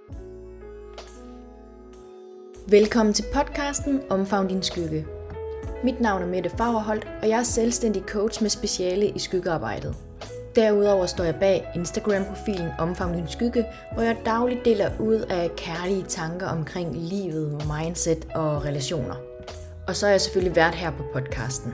Velkommen til podcasten Omfavn din skygge. Mit navn er Mette Fagerholt, og jeg er selvstændig coach med speciale i skyggearbejdet. Derudover står jeg bag Instagram-profilen Omfavn din skygge, hvor jeg dagligt deler ud af kærlige tanker omkring livet, mindset og relationer. Og så er jeg selvfølgelig vært her på podcasten.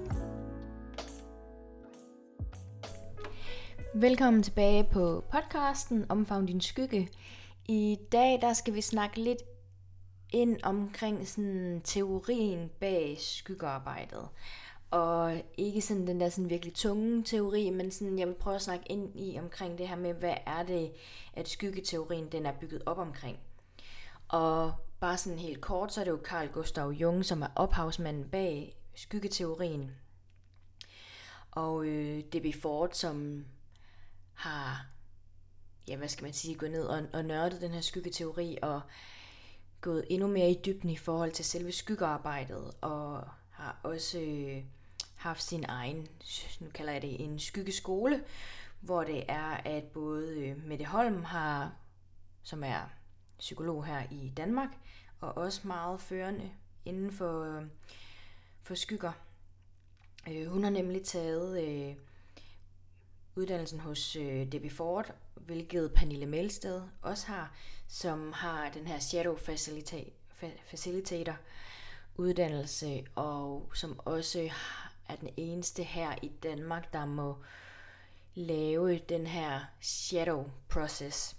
Velkommen tilbage på podcasten Omfavn din skygge. I dag der skal vi snakke lidt ind omkring sådan teorien bag skyggearbejdet. Og ikke sådan den der sådan virkelig tunge teori, men sådan jeg vil prøve at snakke ind i omkring det her med, hvad er det, at skyggeteorien den er bygget op omkring. Og bare sådan helt kort, så er det jo Carl Gustav Jung, som er ophavsmanden bag skyggeteorien. Og D.B. Ford, som har, gået ned og nørdet den her skyggeteori og gået endnu mere i dybden i forhold til selve skyggearbejdet, og har også haft sin egen, nu kalder jeg det en skyggeskole, hvor det er, at både Mette Holm har, som er psykolog her i Danmark, og også meget førende inden for skygger. Hun har nemlig taget uddannelsen hos D.B. Ford, hvilket Pernille Melsted også har, som har den her Shadow Facilitator uddannelse, og som også er den eneste her i Danmark, der må lave den her Shadow Process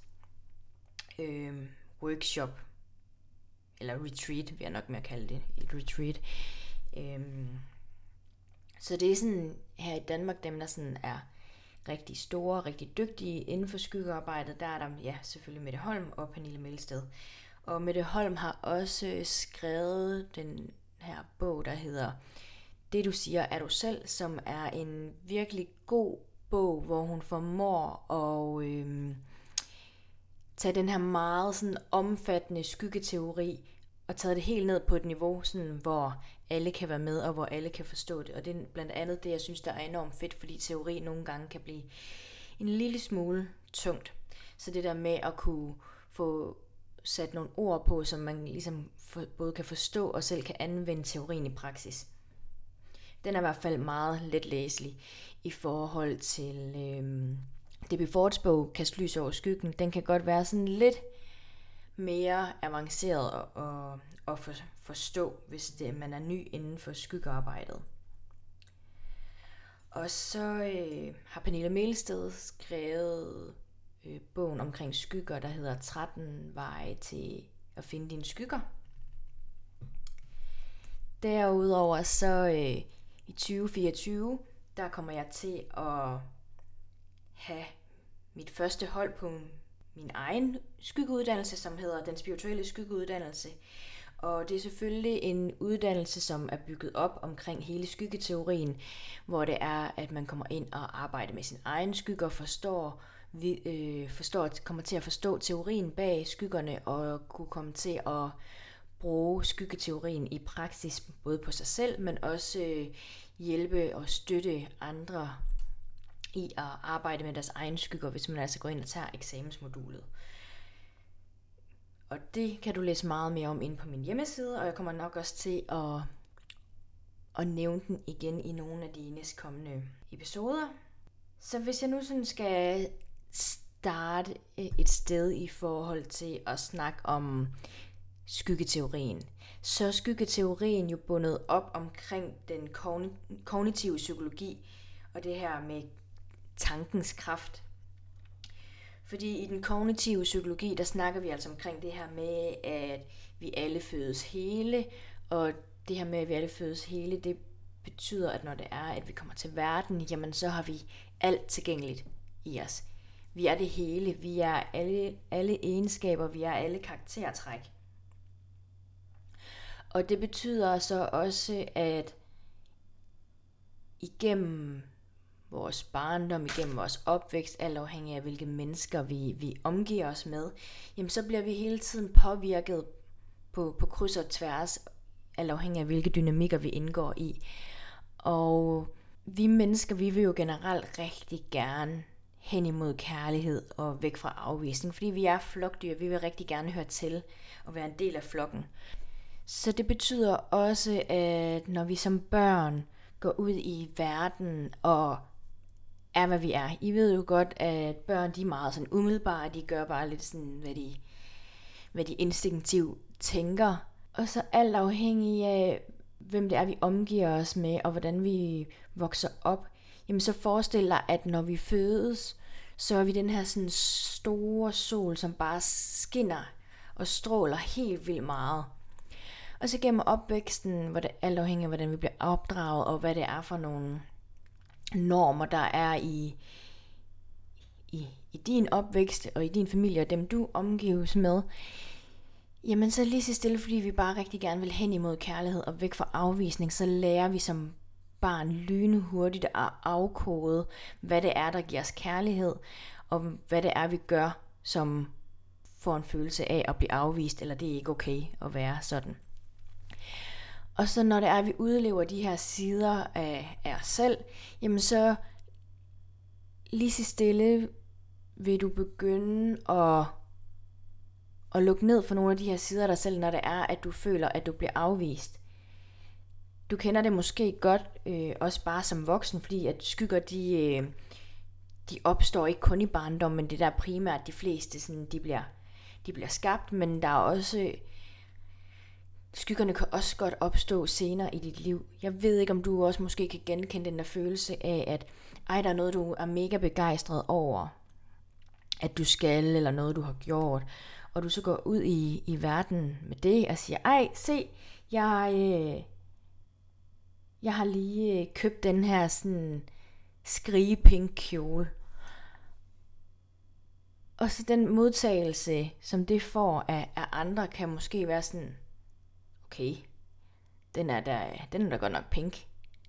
workshop, eller retreat, vil jeg nok mere kalde det, et retreat. Så det er sådan, her i Danmark, dem der sådan er rigtig store, rigtig dygtige inden for skyggearbejdet, der er der selvfølgelig Mette Holm og Pernille Melsted. Og Mette Holm har også skrevet den her bog, der hedder Det du siger er du selv, som er en virkelig god bog, hvor hun formår at tage den her meget sådan omfattende skyggeteori og taget det helt ned på et niveau, sådan, hvor alle kan være med, og hvor alle kan forstå det. Og det er blandt andet det, jeg synes, der er enormt fedt, fordi teori nogle gange kan blive en lille smule tungt. Så det der med at kunne få sat nogle ord på, som man ligesom både kan forstå og selv kan anvende teorien i praksis. Den er i hvert fald meget letlæselig i forhold til D.B. Fords bog, Kast lys over skyggen. Den kan godt være sådan lidt mere avanceret at forstå, hvis man er ny inden for skyggearbejdet. Og så har Pernille Melsted skrevet bogen omkring skygger, der hedder 13 veje til at finde dine skygger. Derudover så i 2024, der kommer jeg til at have mit første hold på min egen skyggeuddannelse, som hedder Den Spirituelle Skyggeuddannelse. Og det er selvfølgelig en uddannelse, som er bygget op omkring hele skyggeteorien, hvor det er, at man kommer ind og arbejder med sin egen skygger, kommer til at forstå teorien bag skyggerne, og kunne komme til at bruge skyggeteorien i praksis, både på sig selv, men også hjælpe og støtte andre i at arbejde med deres egen skygger, hvis man altså går ind og tager eksamensmodulet. Og det kan du læse meget mere om inde på min hjemmeside, og jeg kommer nok også til at nævne den igen i nogle af de næstkommende episoder. Så hvis jeg nu sådan skal starte et sted i forhold til at snakke om skyggeteorien, så er skyggeteorien jo bundet op omkring den kognitive psykologi, og det her med tankens kraft. Fordi i den kognitive psykologi, der snakker vi altså omkring det her med, at vi alle fødes hele, og det her med, at vi alle fødes hele, det betyder, at når det er, at vi kommer til verden, jamen så har vi alt tilgængeligt i os. Vi er det hele, vi er alle egenskaber, vi er alle karaktertræk. Og det betyder så også, at igennem vores barndom, igennem vores opvækst, alt afhængig af hvilke mennesker vi omgiver os med, jamen så bliver vi hele tiden påvirket på kryds og tværs, alt afhængig af hvilke dynamikker vi indgår i. Og vi mennesker, vi vil jo generelt rigtig gerne hen imod kærlighed og væk fra afvisning. Fordi vi er flokdyr, vi vil rigtig gerne høre til og være en del af flokken. Så det betyder også, at når vi som børn går ud i verden og er, hvad vi er. I ved jo godt, at børn, de er meget sådan umiddelbare, de gør bare lidt sådan, hvad de instinktivt tænker. Og så alt afhængig af, hvem det er, vi omgiver os med, og hvordan vi vokser op, jamen så forestil dig, at når vi fødes, så er vi den her sådan store sol, som bare skinner og stråler helt vildt meget. Og så gennem opvæksten, hvor det alt afhængig af, hvordan vi bliver opdraget, og hvad det er for nogle normer, der er i din opvækst, og i din familie, og dem du omgives med, jamen så lige så stille, fordi vi bare rigtig gerne vil hen imod kærlighed og væk fra afvisning, så lærer vi som barn lynhurtigt at afkode, hvad det er, der giver os kærlighed, og hvad det er, vi gør, som får en følelse af at blive afvist, eller det er ikke okay at være sådan. Og så når det er, at vi udlever de her sider af os selv, jamen så lige så stille vil du begynde at lukke ned for nogle af de her sider af dig selv, når det er, at du føler, at du bliver afvist. Du kender det måske godt, også bare som voksen, fordi at skygger, de opstår ikke kun i barndom, men det der primært de fleste, sådan, de bliver skabt, men der er også, skyggerne kan også godt opstå senere i dit liv. Jeg ved ikke, om du også måske kan genkende den der følelse af, at der er noget, du er mega begejstret over, at du skal, eller noget, du har gjort, og du så går ud i verden med det, og siger, se, jeg har lige købt den her sådan skrigepink kjole. Og så den modtagelse, som det får af andre, kan måske være sådan, okay, den er da godt nok pink.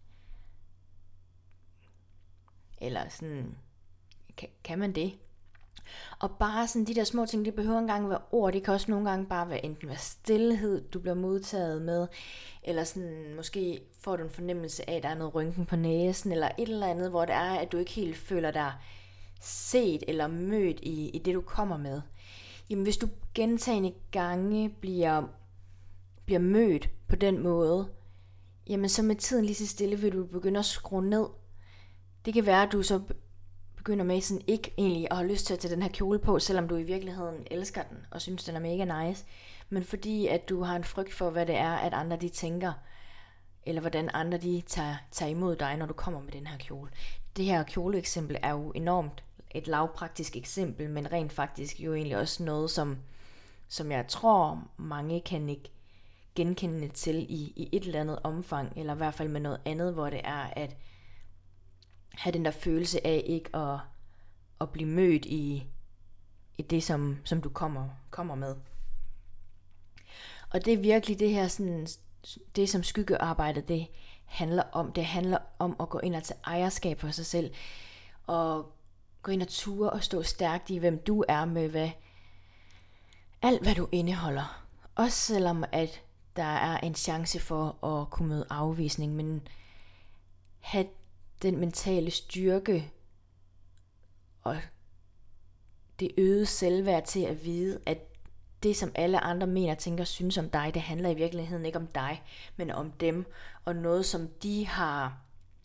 Eller sådan, kan man det? Og bare sådan de der små ting, det behøver engang være ord, det kan også nogle gange bare være enten være stillhed, du bliver modtaget med, eller sådan måske får du en fornemmelse af, at der er noget rynken på næsen, eller et eller andet, hvor det er, at du ikke helt føler dig set eller mødt i det, du kommer med. Jamen hvis du gentagne gange bliver mødt på den måde, jamen så med tiden lige så stille vil du begynde at skrue ned. Det kan være, at du så begynder med sådan ikke egentlig at have lyst til at tage den her kjole på, selvom du i virkeligheden elsker den og synes, den er mega nice. Men fordi at du har en frygt for, hvad det er, at andre de tænker, eller hvordan andre de tager imod dig, når du kommer med den her kjole. Det her kjoleeksempel er jo enormt et lavpraktisk eksempel, men rent faktisk jo egentlig også noget, som jeg tror mange kan ikke genkende til i et eller andet omfang, eller i hvert fald med noget andet, hvor det er at have den der følelse af ikke at blive mødt i det, som du kommer med. Og det er virkelig det her, sådan, det som skyggearbejdet det handler om. Det handler om at gå ind og tage ejerskab for sig selv, og gå ind og ture og stå stærkt i, hvem du er med alt hvad du indeholder. Også selvom at der er en chance for at kunne møde afvisning, men have den mentale styrke og det øgede selvværd til at vide, at det som alle andre mener, tænker, synes om dig, det handler i virkeligheden ikke om dig, men om dem, og noget som de har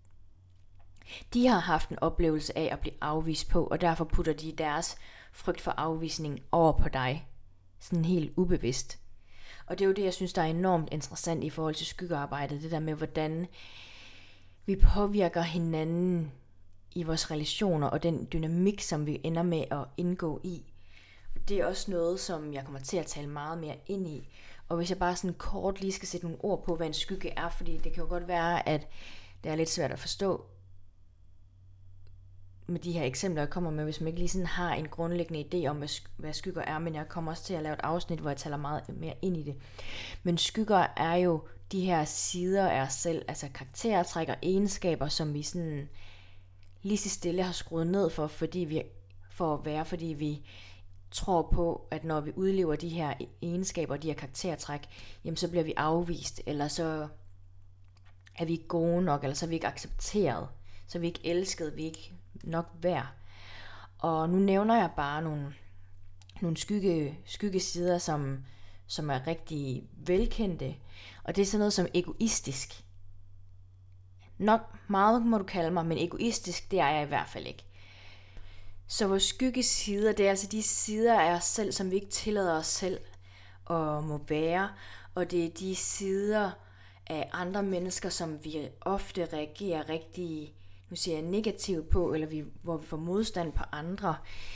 haft en oplevelse af at blive afvist på, og derfor putter de deres frygt for afvisning over på dig, sådan helt ubevidst. Og det er jo det, jeg synes, der er enormt interessant i forhold til skyggearbejdet, det der med, hvordan vi påvirker hinanden i vores relationer, og den dynamik, som vi ender med at indgå i. Og det er også noget, som jeg kommer til at tale meget mere ind i. Og hvis jeg bare sådan kort lige skal sætte nogle ord på, hvad en skygge er, fordi det kan jo godt være, at det er lidt svært at forstå med de her eksempler, jeg kommer med, hvis man ikke lige sådan har en grundlæggende idé om, hvad skygger er, men jeg kommer også til at lave et afsnit, hvor jeg taler meget mere ind i det. Men skygger er jo de her sider af os selv, altså karaktertræk og egenskaber, som vi sådan lige så stille har skruet ned for, fordi vi tror på, at når vi udlever de her egenskaber, de her karaktertræk, jamen så bliver vi afvist, eller så er vi ikke gode nok, eller så er vi ikke accepteret, så er vi ikke elsket, vi er ikke nok værd. Og nu nævner jeg bare nogle skyggesider, som er rigtig velkendte. Og det er sådan noget som egoistisk. Nok meget må du kalde mig, men egoistisk, det er jeg i hvert fald ikke. Så vores skyggesider, det er altså de sider af os selv, som vi ikke tillader os selv at må være. Og det er de sider af andre mennesker, som vi ofte reagerer rigtig, nu siger jeg, negativt på, eller hvor vi får modstand på andre.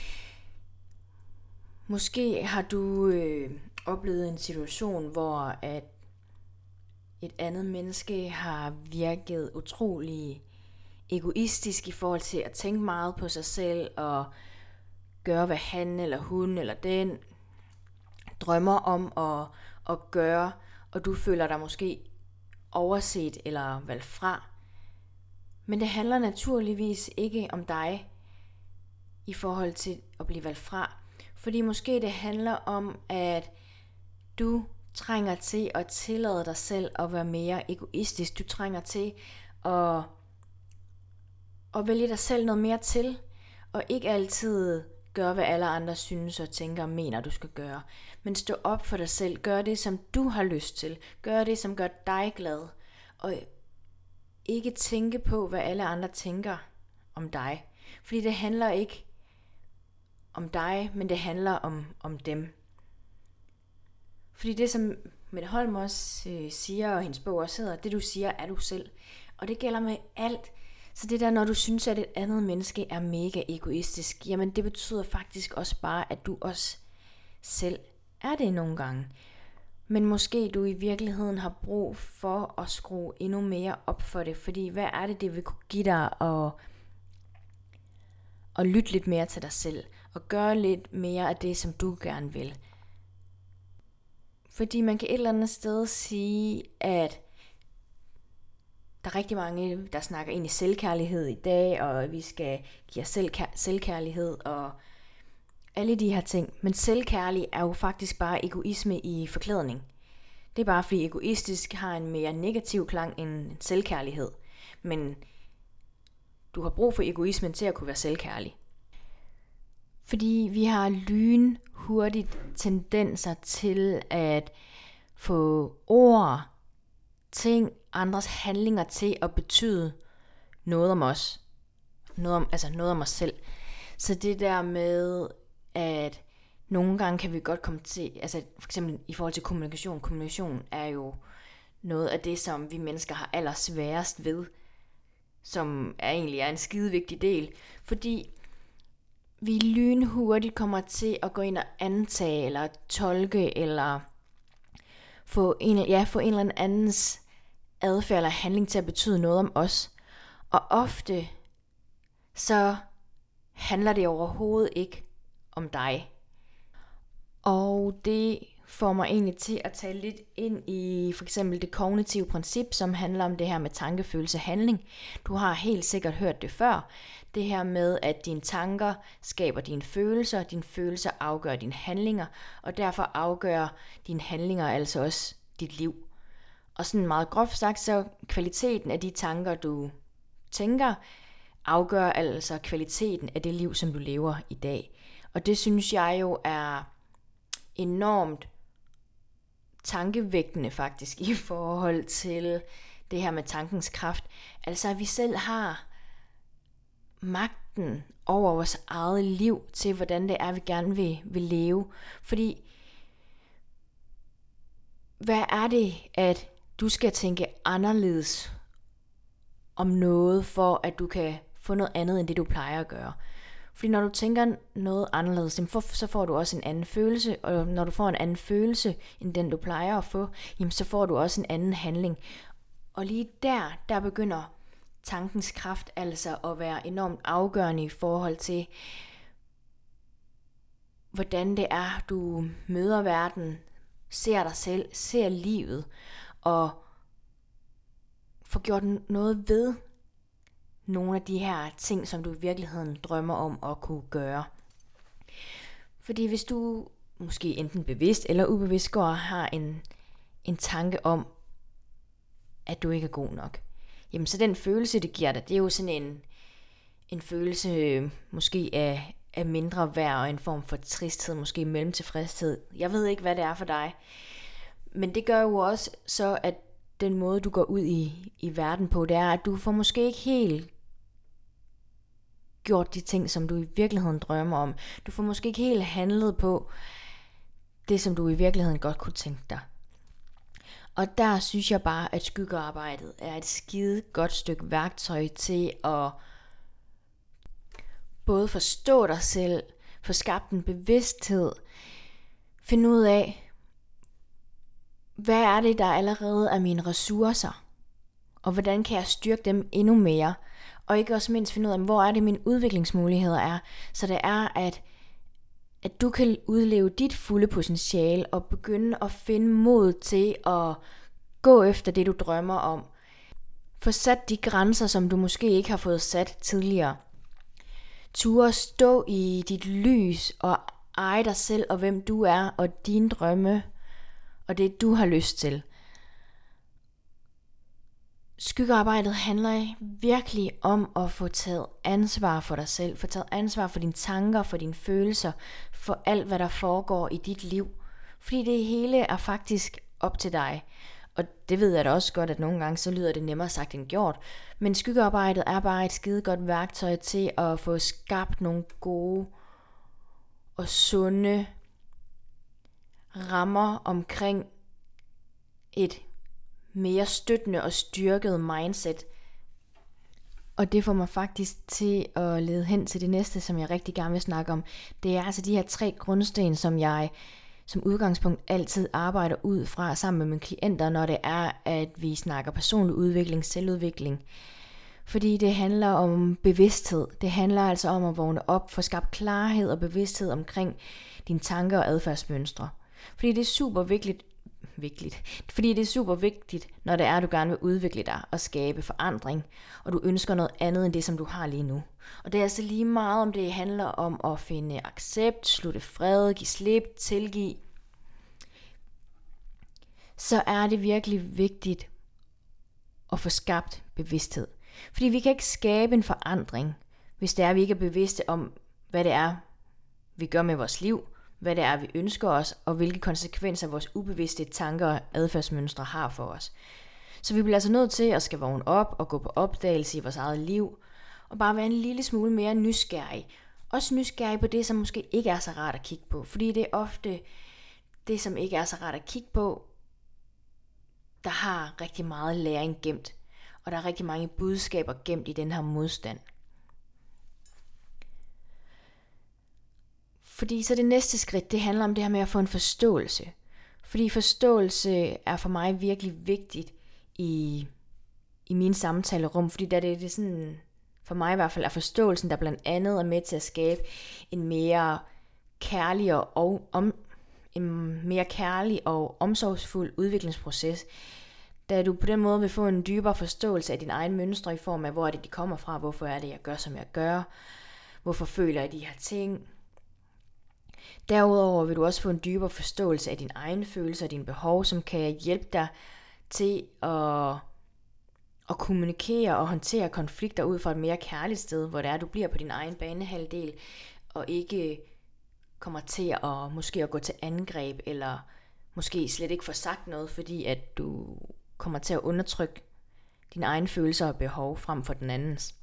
Måske har du oplevet en situation, hvor at et andet menneske har virket utrolig egoistisk i forhold til at tænke meget på sig selv og gøre, hvad han eller hun eller den drømmer om at gøre, og du føler dig måske overset eller valgt fra. Men det handler naturligvis ikke om dig i forhold til at blive valgt fra, fordi måske det handler om, at du trænger til at tillade dig selv at være mere egoistisk. Du trænger til at vælge dig selv noget mere til, og ikke altid gøre, hvad alle andre synes og tænker og mener, du skal gøre. Men stå op for dig selv. Gør det, som du har lyst til. Gør det, som gør dig glad. Og ikke tænke på, hvad alle andre tænker om dig. Fordi det handler ikke om dig, men det handler om dem. Fordi det, som Mette Holm også siger, og hendes bog også hedder, det du siger, er du selv. Og det gælder med alt. Så det der, når du synes, at et andet menneske er mega egoistisk, jamen det betyder faktisk også bare, at du også selv er det nogle gange. Men måske du i virkeligheden har brug for at skrue endnu mere op for det. Fordi hvad er det vil kunne give dig at lytte lidt mere til dig selv. Og gøre lidt mere af det, som du gerne vil. Fordi man kan et eller andet sted sige, at der er rigtig mange, der snakker ind i selvkærlighed i dag, og vi skal give os selv selvkærlighed og alle de her ting. Men selvkærlig er jo faktisk bare egoisme i forklædning. Det er bare fordi egoistisk har en mere negativ klang end selvkærlighed. Men du har brug for egoismen til at kunne være selvkærlig. Fordi vi har lynhurtigt tendenser til at få ord, ting, andres handlinger til at betyde noget om os. Noget om os selv. Så det der med, at nogle gange kan vi godt komme til, altså for eksempel i forhold til kommunikation. Kommunikation er jo noget af det, som vi mennesker har allersværest ved, som egentlig er en skide vigtig del. Fordi vi lynhurtigt kommer til at gå ind og antage, eller tolke, eller få en eller andens adfærd eller handling til at betyde noget om os. Og ofte så handler det overhovedet ikke om dig. Og det får mig egentlig til at tale lidt ind i for eksempel det kognitive princip, som handler om det her med tanke, følelse, handling. Du har helt sikkert hørt det før. Det her med, at dine tanker skaber dine følelser afgør dine handlinger, og derfor afgør dine handlinger altså også dit liv. Og sådan meget groft sagt, så kvaliteten af de tanker, du tænker, afgør altså kvaliteten af det liv, som du lever i dag. Og det synes jeg jo er enormt tankevækkende faktisk i forhold til det her med tankens kraft. Altså at vi selv har magten over vores eget liv til, hvordan det er, vi gerne vil leve. Fordi hvad er det, at du skal tænke anderledes om noget, for at du kan få noget andet, end det du plejer at gøre? Fordi når du tænker noget anderledes, så får du også en anden følelse, og når du får en anden følelse, end den du plejer at få, jamen så får du også en anden handling. Og lige der begynder tankens kraft altså at være enormt afgørende i forhold til, hvordan det er, du møder verden, ser dig selv, ser livet, og får gjort noget ved nogle af de her ting, som du i virkeligheden drømmer om at kunne gøre. Fordi hvis du måske enten bevidst eller ubevidst går og har en tanke om, at du ikke er god nok, jamen så den følelse, det giver dig, det er jo sådan en følelse måske af mindre værd og en form for tristhed, måske mellemtilfredshed. Jeg ved ikke, hvad det er for dig. Men det gør jo også så, at den måde, du går ud i verden på, det er, at du får måske ikke helt gjort de ting, som du i virkeligheden drømmer om. Du får måske ikke helt handlet på det, som du i virkeligheden godt kunne tænke dig. Og der synes jeg bare, at skyggearbejdet er et skide godt stykke værktøj til at både forstå dig selv, få skabt en bevidsthed, finde ud af, hvad er det, der allerede er mine ressourcer, og hvordan kan jeg styrke dem endnu mere, og ikke også mindst finde ud af, hvor er det mine udviklingsmuligheder er, så det er, at du kan udleve dit fulde potentiale og begynde at finde mod til at gå efter det, du drømmer om. Få sat de grænser, som du måske ikke har fået sat tidligere. Ture stå i dit lys og eje dig selv og hvem du er og dine drømme og det, du har lyst til. Skyggearbejdet handler virkelig om at få taget ansvar for dig selv, få taget ansvar for dine tanker, for dine følelser, for alt, hvad der foregår i dit liv. Fordi det hele er faktisk op til dig. Og det ved jeg da også godt, at nogle gange så lyder det nemmere sagt end gjort. Men skyggearbejdet er bare et skide godt værktøj til at få skabt nogle gode og sunde rammer omkring et mere støttende og styrket mindset. Og det får mig faktisk til at lede hen til det næste, som jeg rigtig gerne vil snakke om. Det er altså de her 3 grundsten, som jeg som udgangspunkt altid arbejder ud fra sammen med mine klienter, når det er, at vi snakker personlig udvikling, selvudvikling. Fordi det handler om bevidsthed. Det handler altså om at vågne op, få skabt klarhed og bevidsthed omkring dine tanker og adfærdsmønstre. Fordi det er super vigtigt, når det er, at du gerne vil udvikle dig og skabe forandring, og du ønsker noget andet end det, som du har lige nu. Og det er altså lige meget, om det handler om at finde accept, slutte fred, give slip, tilgive. Så er det virkelig vigtigt at få skabt bevidsthed. Fordi vi kan ikke skabe en forandring, hvis det er, at vi ikke er bevidste om, hvad det er, vi gør med vores liv, hvad det er, vi ønsker os, og hvilke konsekvenser vores ubevidste tanker og adfærdsmønstre har for os. Så vi bliver altså nødt til at skal vågne op og gå på opdagelse i vores eget liv, og bare være en lille smule mere nysgerrig. Også nysgerrig på det, som måske ikke er så rart at kigge på, fordi det er ofte det, som ikke er så rart at kigge på, der har rigtig meget læring gemt, og der er rigtig mange budskaber gemt i den her modstand. Fordi så det næste skridt, det handler om det her med at få en forståelse. Fordi forståelse er for mig virkelig vigtigt i mine samtalerum, fordi der det er sådan, for mig i hvert fald, er forståelsen, der blandt andet er med til at skabe en mere kærlig og omsorgsfuld udviklingsproces, da du på den måde vil få en dybere forståelse af dine egne mønstre i form af, hvor er det, de kommer fra, hvorfor er det, jeg gør, som jeg gør, hvorfor føler jeg de her ting. Derudover vil du også få en dybere forståelse af dine egne følelser og dine behov, som kan hjælpe dig til at kommunikere og håndtere konflikter ud fra et mere kærligt sted, hvor det er, at du bliver på din egen banehalvdel, og ikke kommer til at måske at gå til angreb, eller måske slet ikke få sagt noget, fordi at du kommer til at undertrykke dine egne følelser og behov frem for den andens.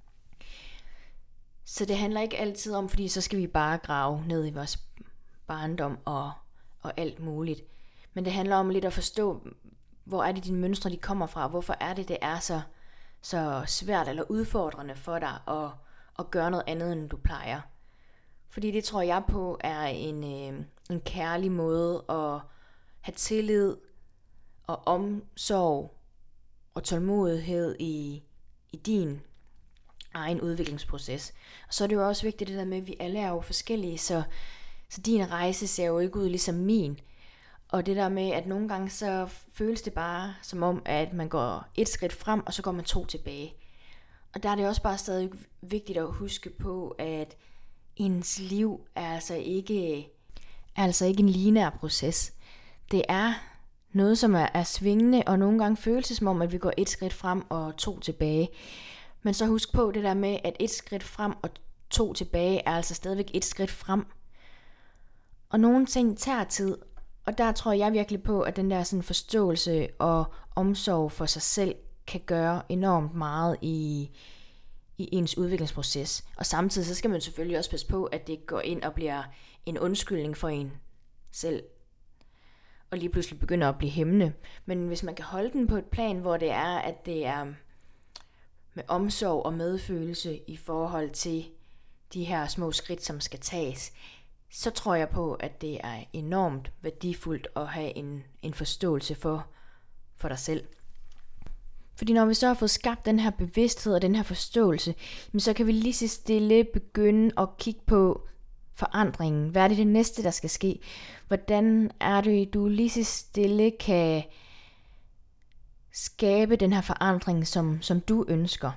Så det handler ikke altid om, fordi så skal vi bare grave ned i vores barndom og alt muligt. Men det handler om lidt at forstå, hvor er det dine mønstre, de kommer fra, hvorfor er det er så svært eller udfordrende for dig at gøre noget andet, end du plejer. Fordi det tror jeg på er en kærlig måde at have tillid og omsorg og tålmodighed i din egen udviklingsproces. Og så er det jo også vigtigt det der med, at vi alle er jo forskellige, så din rejse ser jo ikke ud ligesom min. Og det der med, at nogle gange så føles det bare som om, at man går 1 skridt frem, og så går man 2 tilbage. Og der er det også bare stadig vigtigt at huske på, at ens liv er altså ikke en lineær proces. Det er noget, som er svingende, og nogle gange føles det som om, at vi går 1 skridt frem og 2 tilbage. Men så husk på det der med, at 1 skridt frem og 2 tilbage er altså stadigvæk 1 skridt frem. Og nogle ting tager tid, og der tror jeg virkelig på, at den der sådan forståelse og omsorg for sig selv kan gøre enormt meget i ens udviklingsproces. Og samtidig så skal man selvfølgelig også passe på, at det ikke går ind og bliver en undskyldning for en selv, og lige pludselig begynder at blive hæmmende. Men hvis man kan holde den på et plan, hvor det er, at det er med omsorg og medfølelse i forhold til de her små skridt, som skal tages, så tror jeg på, at det er enormt værdifuldt at have en forståelse for dig selv. Fordi når vi så har fået skabt den her bevidsthed og den her forståelse, så kan vi lige så stille begynde at kigge på forandringen. Hvad er det næste, der skal ske? Hvordan er det, du lige så stille kan skabe den her forandring, som du ønsker?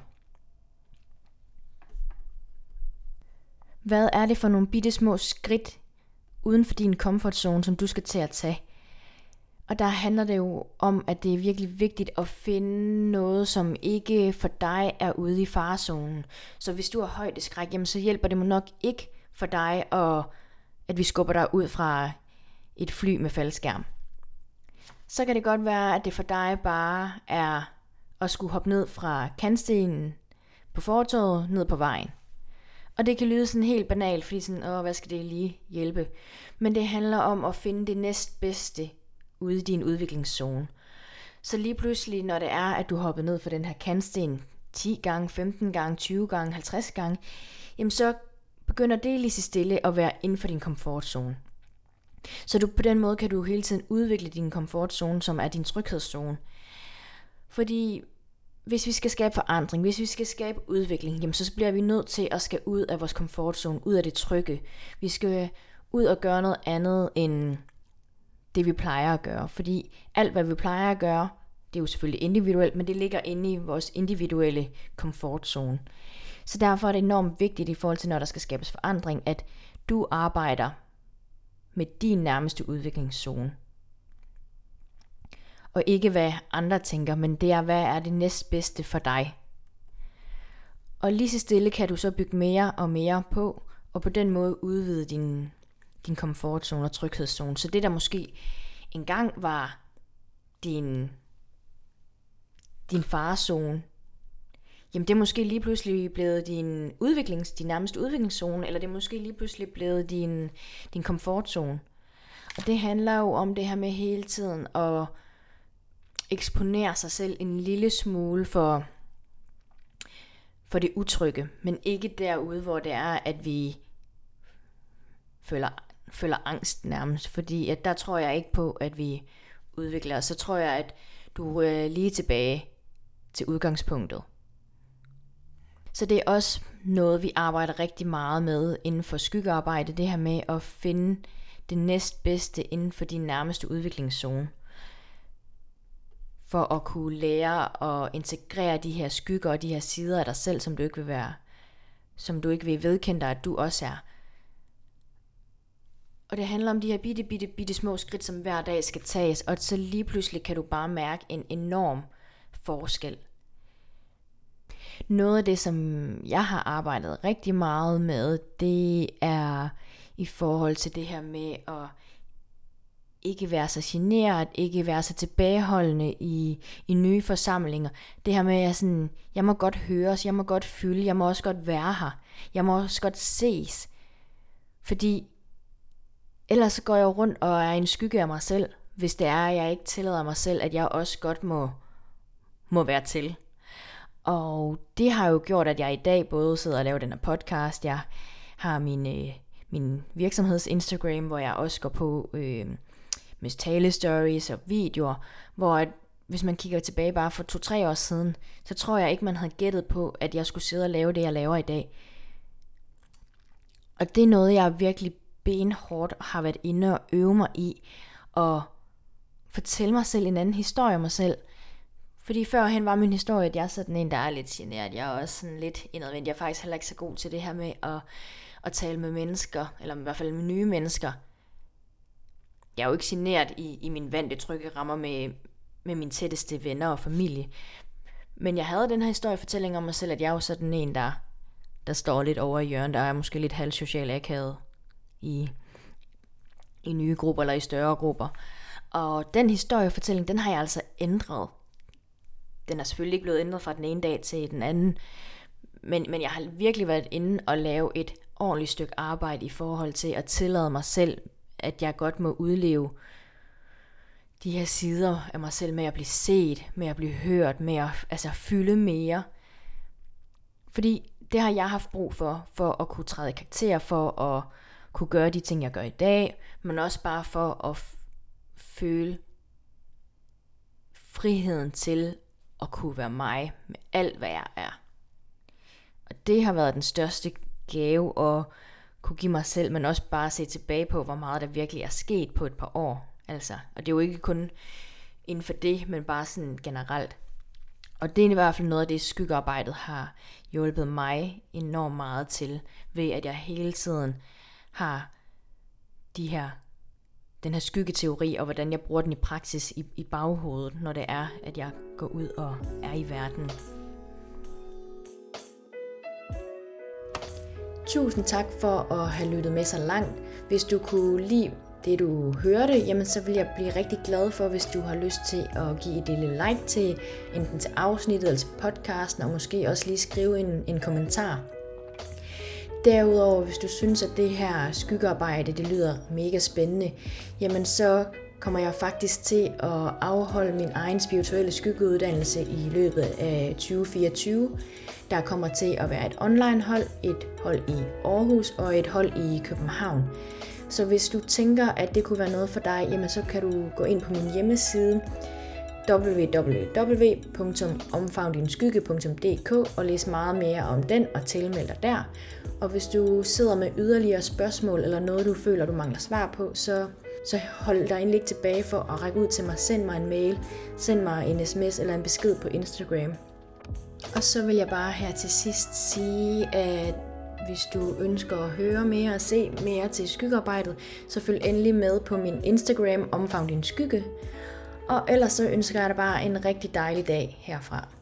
Hvad er det for nogle bitte små skridt uden for din comfort zone, som du skal til at tage? Og der handler det jo om, at det er virkelig vigtigt at finde noget, som ikke for dig er ude i farezonen. Så hvis du har højdeskræk, jamen så hjælper det nok ikke for dig, at vi skubber dig ud fra et fly med faldskærm. Så kan det godt være, at det for dig bare er at skulle hoppe ned fra kantstenen på fortovet ned på vejen. Og det kan lyde sådan helt banalt, fordi sådan, hvad skal det lige hjælpe? Men det handler om at finde det næstbedste ude i din udviklingszone. Så lige pludselig, når det er, at du hopper ned for den her kantsten 10 gange, 15 gange, 20 gange, 50 gange, jamen så begynder det lige så stille at være inden for din komfortzone. Så på den måde kan du hele tiden udvikle din komfortzone, som er din tryghedszone. Fordi hvis vi skal skabe forandring, hvis vi skal skabe udvikling, jamen så bliver vi nødt til at skal ud af vores komfortzone, ud af det trygge. Vi skal ud og gøre noget andet end det vi plejer at gøre. Fordi alt hvad vi plejer at gøre, det er jo selvfølgelig individuelt, men det ligger inde i vores individuelle komfortzone. Så derfor er det enormt vigtigt i forhold til, når der skal skabes forandring, at du arbejder med din nærmeste udviklingszone. Og ikke hvad andre tænker, men det er, hvad er det næstbedste for dig. Og lige så stille kan du så bygge mere og mere på, og på den måde udvide din komfortzone og tryghedszone. Så det der måske engang var din farezone, jamen det er måske lige pludselig blevet din nærmeste udviklingszone, eller det er måske lige pludselig blevet din komfortzone. Og det handler jo om det her med hele tiden at eksponere sig selv en lille smule for det utrygge, men ikke derude, hvor det er, at vi føler angst nærmest, fordi at der tror jeg ikke på, at vi udvikler os. Så tror jeg, at du er lige tilbage til udgangspunktet. Så det er også noget, vi arbejder rigtig meget med inden for skyggearbejde, det her med at finde det næstbedste inden for din nærmeste udviklingszone. For at kunne lære at integrere de her skygger og de her sider af dig selv, som du ikke vil vedkende dig, at du også er. Og det handler om de her bitte små skridt, som hver dag skal tages, og så lige pludselig kan du bare mærke en enorm forskel. Noget af det, som jeg har arbejdet rigtig meget med, det er i forhold til det her med at ikke være så generet, ikke være så tilbageholdende i nye forsamlinger. Det her med, at jeg må godt høres, jeg må godt fylde, jeg må også godt være her, jeg må også godt ses. Fordi ellers så går jeg rundt og er en skygge af mig selv, hvis det er, at jeg ikke tillader mig selv, at jeg også godt må være til. Og det har jo gjort, at jeg i dag både sidder og laver den her podcast, jeg har min virksomheds Instagram, hvor jeg også går på med talestories og videoer, hvor at, hvis man kigger tilbage bare for 2-3 år siden, så tror jeg ikke, man havde gættet på, at jeg skulle sidde og lave det, jeg laver i dag. Og det er noget, jeg virkelig benhårdt har været inde og øve mig i, og fortælle mig selv en anden historie om mig selv. Fordi førhen var min historie, at jeg er sådan en, der er lidt generet. Jeg er også sådan lidt indadvendt. Jeg er faktisk heller ikke så god til det her med at tale med mennesker, eller i hvert fald med nye mennesker. Jeg er jo ikke generet i min vante trygge rammer med mine tætteste venner og familie. Men jeg havde den her historiefortælling om mig selv, at jeg er jo sådan en, der der står lidt over i hjørnet, der er måske lidt halvsocial akavet i nye grupper eller i større grupper. Og den historiefortælling, den har jeg altså ændret. Den er selvfølgelig ikke blevet ændret fra den ene dag til den anden, men jeg har virkelig været inde og lave et ordentligt stykke arbejde i forhold til at tillade mig selv, at jeg godt må udleve de her sider af mig selv med at blive set, med at blive hørt, med at fylde mere. Fordi det har jeg haft brug for at kunne træde i karakter, for at kunne gøre de ting, jeg gør i dag, men også bare for at føle friheden til at kunne være mig med alt, hvad jeg er. Og det har været den største gave at kunne give mig selv, men også bare se tilbage på, hvor meget der virkelig er sket på et par år. Altså, og det er jo ikke kun inden for det, men bare sådan generelt. Og det er i hvert fald noget af det, skyggearbejdet har hjulpet mig enormt meget til, ved at jeg hele tiden har den her skyggeteori, og hvordan jeg bruger den i praksis i baghovedet, når det er, at jeg går ud og er i verden. Tusind tak for at have lyttet med så langt. Hvis du kunne lide det, du hørte, jamen så vil jeg blive rigtig glad for, hvis du har lyst til at give et lille like til, enten til afsnittet eller til podcasten, og måske også lige skrive en kommentar. Derudover, hvis du synes, at det her skyggearbejde, det lyder mega spændende, jamen så kommer jeg faktisk til at afholde min egen spirituelle skyggeuddannelse i løbet af 2024. Der kommer til at være et online hold, et hold i Aarhus og et hold i København. Så hvis du tænker, at det kunne være noget for dig, jamen så kan du gå ind på min hjemmeside www.omfavndinskygge.dk og læse meget mere om den og tilmelde dig der. Og hvis du sidder med yderligere spørgsmål eller noget, du føler, du mangler svar på, så hold dig endelig ikke tilbage for at række ud til mig. Send mig en mail, send mig en sms eller en besked på Instagram. Og så vil jeg bare her til sidst sige, at hvis du ønsker at høre mere og se mere til skyggearbejdet, så følg endelig med på min Instagram, Omfavn din skygge. Og ellers så ønsker jeg dig bare en rigtig dejlig dag herfra.